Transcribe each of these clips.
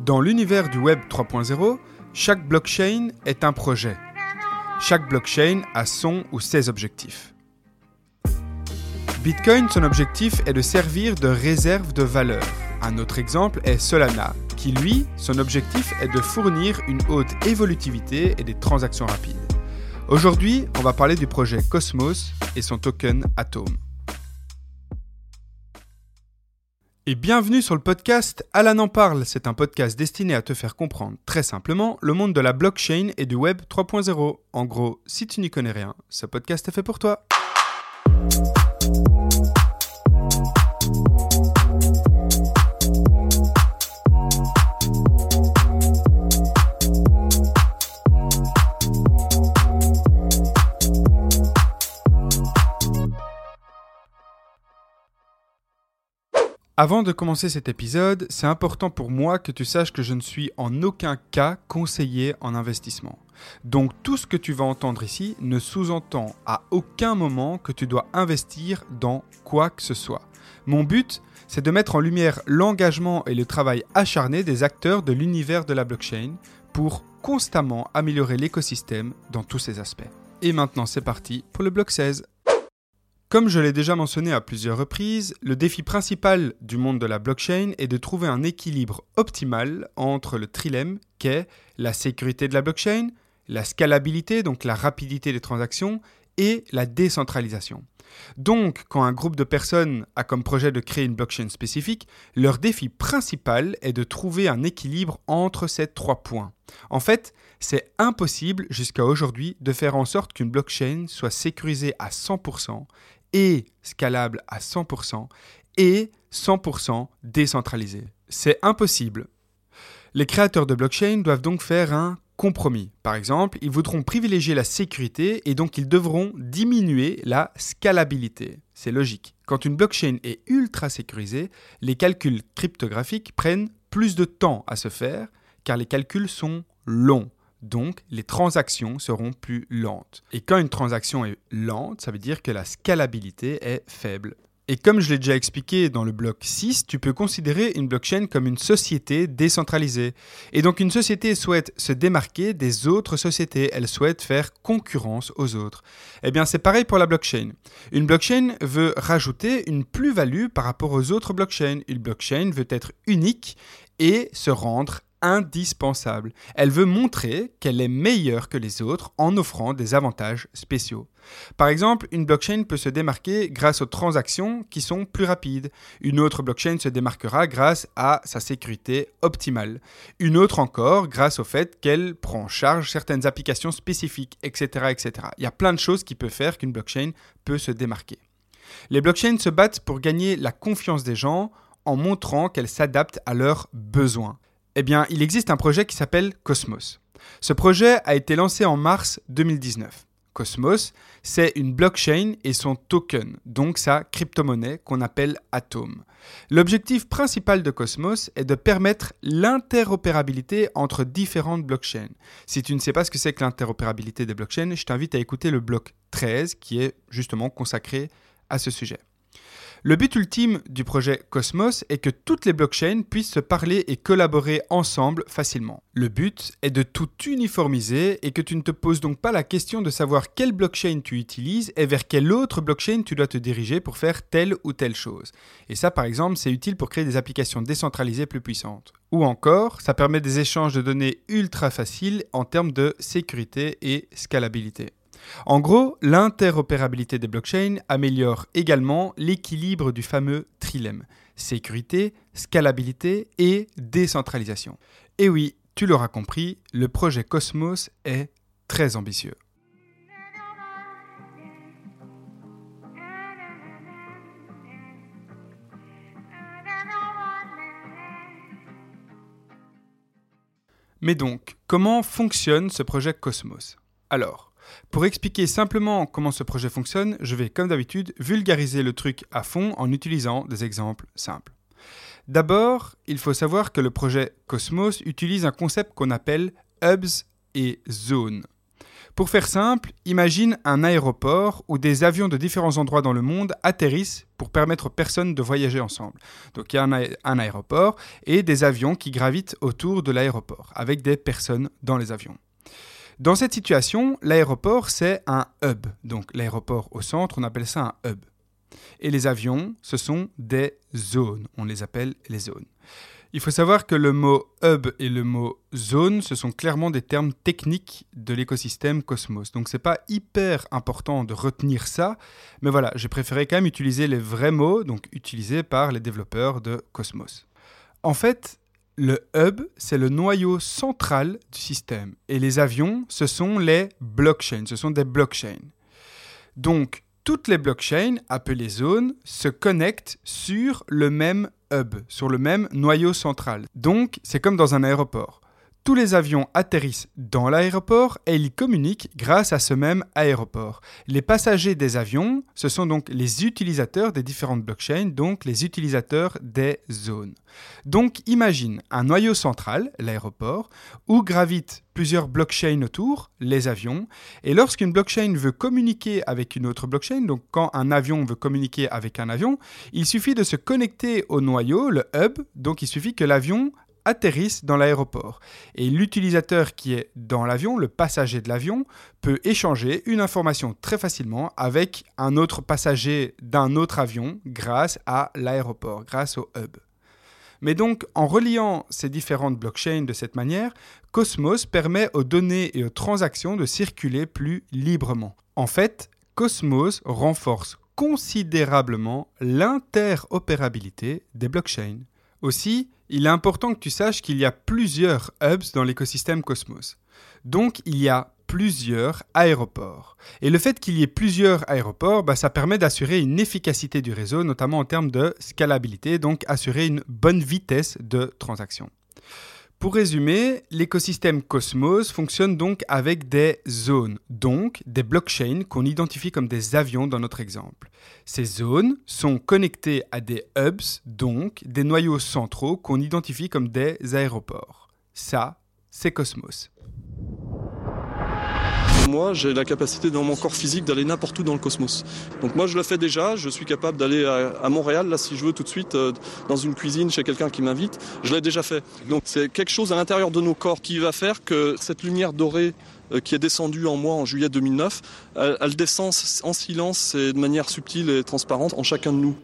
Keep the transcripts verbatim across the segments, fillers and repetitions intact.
Dans l'univers du Web trois point zéro, chaque blockchain est un projet. Chaque blockchain a son ou ses objectifs. Bitcoin, son objectif est de servir de réserve de valeur. Un autre exemple est Solana, qui lui, son objectif est de fournir une haute évolutivité et des transactions rapides. Aujourd'hui, on va parler du projet Cosmos et son token Atom. Et bienvenue sur le podcast Alan en parle. C'est un podcast destiné à te faire comprendre très simplement le monde de la blockchain et du Web trois point zéro. En gros, si tu n'y connais rien, ce podcast est fait pour toi. Avant de commencer cet épisode, c'est important pour moi que tu saches que je ne suis en aucun cas conseiller en investissement. Donc tout ce que tu vas entendre ici ne sous-entend à aucun moment que tu dois investir dans quoi que ce soit. Mon but, c'est de mettre en lumière l'engagement et le travail acharné des acteurs de l'univers de la blockchain pour constamment améliorer l'écosystème dans tous ses aspects. Et maintenant c'est parti pour le bloc seize. Comme je l'ai déjà mentionné à plusieurs reprises, le défi principal du monde de la blockchain est de trouver un équilibre optimal entre le trilemme qu'est la sécurité de la blockchain, la scalabilité, donc la rapidité des transactions, et la décentralisation. Donc, quand un groupe de personnes a comme projet de créer une blockchain spécifique, leur défi principal est de trouver un équilibre entre ces trois points. En fait, c'est impossible jusqu'à aujourd'hui de faire en sorte qu'une blockchain soit sécurisée à cent pour cent et scalable à cent pour cent et cent pour cent décentralisée. C'est impossible. Les créateurs de blockchain doivent donc faire un compromis. Par exemple, ils voudront privilégier la sécurité et donc ils devront diminuer la scalabilité. C'est logique. Quand une blockchain est ultra sécurisée, les calculs cryptographiques prennent plus de temps à se faire car les calculs sont longs. Donc, les transactions seront plus lentes. Et quand une transaction est lente, ça veut dire que la scalabilité est faible. Et comme je l'ai déjà expliqué dans le bloc six, tu peux considérer une blockchain comme une société décentralisée. Et donc, une société souhaite se démarquer des autres sociétés. Elle souhaite faire concurrence aux autres. Eh bien, c'est pareil pour la blockchain. Une blockchain veut rajouter une plus-value par rapport aux autres blockchains. Une blockchain veut être unique et se rendre indispensable. Elle veut montrer qu'elle est meilleure que les autres en offrant des avantages spéciaux. Par exemple, une blockchain peut se démarquer grâce aux transactions qui sont plus rapides. Une autre blockchain se démarquera grâce à sa sécurité optimale. Une autre encore grâce au fait qu'elle prend en charge certaines applications spécifiques, et cetera, et cetera. Il y a plein de choses qui peuvent faire qu'une blockchain peut se démarquer. Les blockchains se battent pour gagner la confiance des gens en montrant qu'elles s'adaptent à leurs besoins. Eh bien, il existe un projet qui s'appelle Cosmos. Ce projet a été lancé en mars deux mille dix-neuf. Cosmos, c'est une blockchain et son token, donc sa crypto-monnaie qu'on appelle Atom. L'objectif principal de Cosmos est de permettre l'interopérabilité entre différentes blockchains. Si tu ne sais pas ce que c'est que l'interopérabilité des blockchains, je t'invite à écouter le bloc treize qui est justement consacré à ce sujet. Le but ultime du projet Cosmos est que toutes les blockchains puissent se parler et collaborer ensemble facilement. Le but est de tout uniformiser et que tu ne te poses donc pas la question de savoir quelle blockchain tu utilises et vers quelle autre blockchain tu dois te diriger pour faire telle ou telle chose. Et ça, par exemple, c'est utile pour créer des applications décentralisées plus puissantes. Ou encore, ça permet des échanges de données ultra faciles en termes de sécurité et scalabilité. En gros, l'interopérabilité des blockchains améliore également l'équilibre du fameux trilemme. Sécurité, scalabilité et décentralisation. Et oui, tu l'auras compris, le projet Cosmos est très ambitieux. Mais donc, comment fonctionne ce projet Cosmos ? Alors, pour expliquer simplement comment ce projet fonctionne, je vais, comme d'habitude, vulgariser le truc à fond en utilisant des exemples simples. D'abord, il faut savoir que le projet Cosmos utilise un concept qu'on appelle hubs et zones. Pour faire simple, imagine un aéroport où des avions de différents endroits dans le monde atterrissent pour permettre aux personnes de voyager ensemble. Donc il y a un, a- un aéroport et des avions qui gravitent autour de l'aéroport avec des personnes dans les avions. Dans cette situation, l'aéroport c'est un hub. Donc l'aéroport au centre, on appelle ça un hub. Et les avions, ce sont des zones. On les appelle les zones. Il faut savoir que le mot hub et le mot zone, ce sont clairement des termes techniques de l'écosystème Cosmos. Donc c'est pas hyper important de retenir ça, mais voilà, j'ai préféré quand même utiliser les vrais mots, donc utilisés par les développeurs de Cosmos. En fait, le hub, c'est le noyau central du système. Et les avions, ce sont les blockchains, ce sont des blockchains. Donc, toutes les blockchains, appelées zones, se connectent sur le même hub, sur le même noyau central. Donc, c'est comme dans un aéroport. Tous les avions atterrissent dans l'aéroport et ils communiquent grâce à ce même aéroport. Les passagers des avions, ce sont donc les utilisateurs des différentes blockchains, donc les utilisateurs des zones. Donc imagine un noyau central, l'aéroport, où gravitent plusieurs blockchains autour, les avions, et lorsqu'une blockchain veut communiquer avec une autre blockchain, donc quand un avion veut communiquer avec un avion, il suffit de se connecter au noyau, le hub, donc il suffit que l'avion atterrissent dans l'aéroport. Et l'utilisateur qui est dans l'avion, le passager de l'avion, peut échanger une information très facilement avec un autre passager d'un autre avion grâce à l'aéroport, grâce au hub. Mais donc, en reliant ces différentes blockchains de cette manière, Cosmos permet aux données et aux transactions de circuler plus librement. En fait, Cosmos renforce considérablement l'interopérabilité des blockchains. Aussi, il est important que tu saches qu'il y a plusieurs hubs dans l'écosystème Cosmos. Donc, il y a plusieurs aéroports. Et le fait qu'il y ait plusieurs aéroports, bah, ça permet d'assurer une efficacité du réseau, notamment en termes de scalabilité, donc assurer une bonne vitesse de transaction. Pour résumer, l'écosystème Cosmos fonctionne donc avec des zones, donc des blockchains qu'on identifie comme des avions dans notre exemple. Ces zones sont connectées à des hubs, donc des noyaux centraux qu'on identifie comme des aéroports. Ça, c'est Cosmos. Moi, j'ai la capacité dans mon corps physique d'aller n'importe où dans le cosmos. Donc moi, je le fais déjà. Je suis capable d'aller à, à Montréal, là, si je veux, tout de suite, euh, dans une cuisine chez quelqu'un qui m'invite. Je l'ai déjà fait. Donc c'est quelque chose à l'intérieur de nos corps qui va faire que cette lumière dorée euh, qui est descendue en moi en juillet deux mille neuf, elle, elle descend en silence et de manière subtile et transparente en chacun de nous.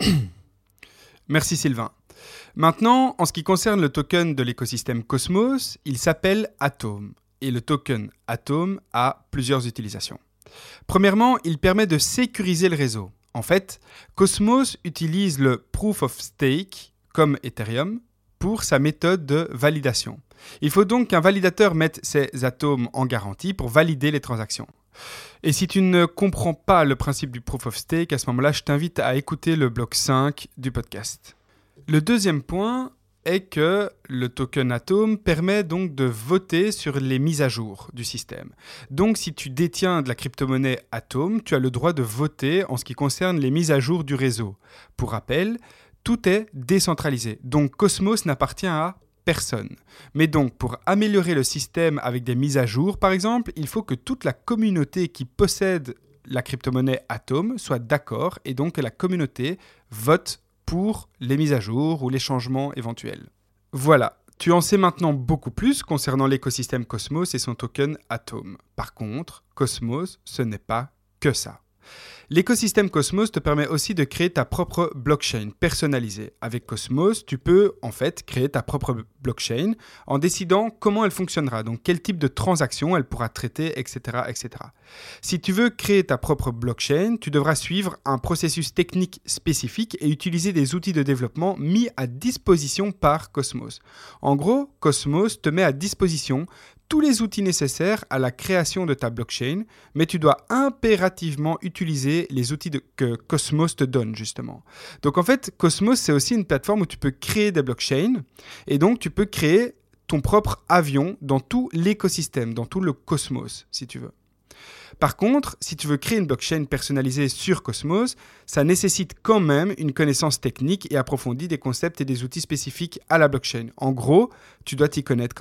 Merci Sylvain. Maintenant, en ce qui concerne le token de l'écosystème Cosmos, il s'appelle Atom. Et le token Atom a plusieurs utilisations. Premièrement, il permet de sécuriser le réseau. En fait, Cosmos utilise le Proof of Stake, comme Ethereum, pour sa méthode de validation. Il faut donc qu'un validateur mette ses atomes en garantie pour valider les transactions. Et si tu ne comprends pas le principe du Proof of Stake, à ce moment-là, je t'invite à écouter le bloc cinq du podcast. Le deuxième point est que le token Atom permet donc de voter sur les mises à jour du système. Donc si tu détiens de la crypto-monnaie Atom, tu as le droit de voter en ce qui concerne les mises à jour du réseau. Pour rappel, tout est décentralisé, donc Cosmos n'appartient à personne. Mais donc pour améliorer le système avec des mises à jour par exemple, il faut que toute la communauté qui possède la crypto-monnaie Atom soit d'accord et donc que la communauté vote pour les mises à jour ou les changements éventuels. Voilà, tu en sais maintenant beaucoup plus concernant l'écosystème Cosmos et son token Atom. Par contre, Cosmos, ce n'est pas que ça. L'écosystème Cosmos te permet aussi de créer ta propre blockchain personnalisée. Avec Cosmos, tu peux en fait créer ta propre blockchain en décidant comment elle fonctionnera, donc quel type de transaction elle pourra traiter, et cetera, et cetera. Si tu veux créer ta propre blockchain, tu devras suivre un processus technique spécifique et utiliser des outils de développement mis à disposition par Cosmos. En gros, Cosmos te met à disposition tous les outils nécessaires à la création de ta blockchain, mais tu dois impérativement utiliser les outils de, que Cosmos te donne, justement. Donc en fait, Cosmos, c'est aussi une plateforme où tu peux créer des blockchains, et donc tu peux créer ton propre avion dans tout l'écosystème, dans tout le Cosmos, si tu veux. Par contre, si tu veux créer une blockchain personnalisée sur Cosmos, ça nécessite quand même une connaissance technique et approfondie des concepts et des outils spécifiques à la blockchain. En gros, tu dois t'y connaître quand même.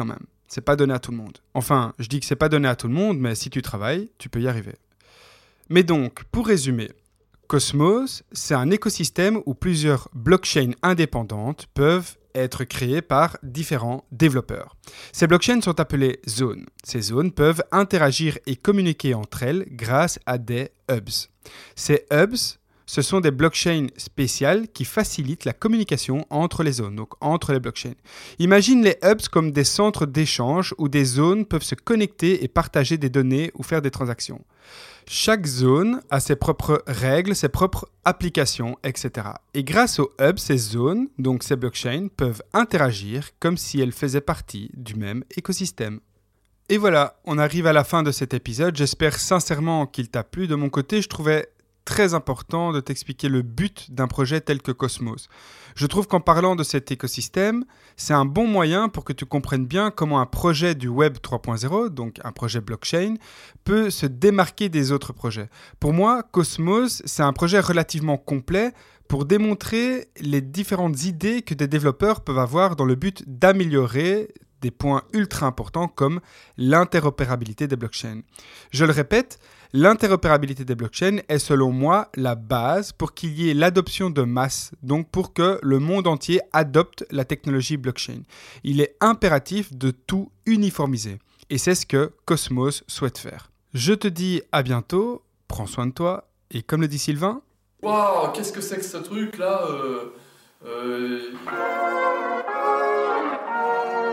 C'est pas donné à tout le monde. Enfin, je dis que c'est pas donné à tout le monde, mais si tu travailles, tu peux y arriver. Mais donc, pour résumer, Cosmos, c'est un écosystème où plusieurs blockchains indépendantes peuvent être créées par différents développeurs. Ces blockchains sont appelées zones. Ces zones peuvent interagir et communiquer entre elles grâce à des hubs. Ces hubs, ce sont des blockchains spéciales qui facilitent la communication entre les zones, donc entre les blockchains. Imagine les hubs comme des centres d'échange où des zones peuvent se connecter et partager des données ou faire des transactions. Chaque zone a ses propres règles, ses propres applications, et cetera. Et grâce aux hubs, ces zones, donc ces blockchains, peuvent interagir comme si elles faisaient partie du même écosystème. Et voilà, on arrive à la fin de cet épisode. J'espère sincèrement qu'il t'a plu. De mon côté, je trouvais très important de t'expliquer le but d'un projet tel que Cosmos. Je trouve qu'en parlant de cet écosystème, c'est un bon moyen pour que tu comprennes bien comment un projet du Web trois point zéro, donc un projet blockchain, peut se démarquer des autres projets. Pour moi, Cosmos, c'est un projet relativement complet pour démontrer les différentes idées que des développeurs peuvent avoir dans le but d'améliorer des points ultra importants comme l'interopérabilité des blockchains. Je le répète, l'interopérabilité des blockchains est selon moi la base pour qu'il y ait l'adoption de masse, donc pour que le monde entier adopte la technologie blockchain. Il est impératif de tout uniformiser et c'est ce que Cosmos souhaite faire. Je te dis à bientôt, prends soin de toi et comme le dit Sylvain... Waouh, qu'est-ce que c'est que ce truc là euh, euh...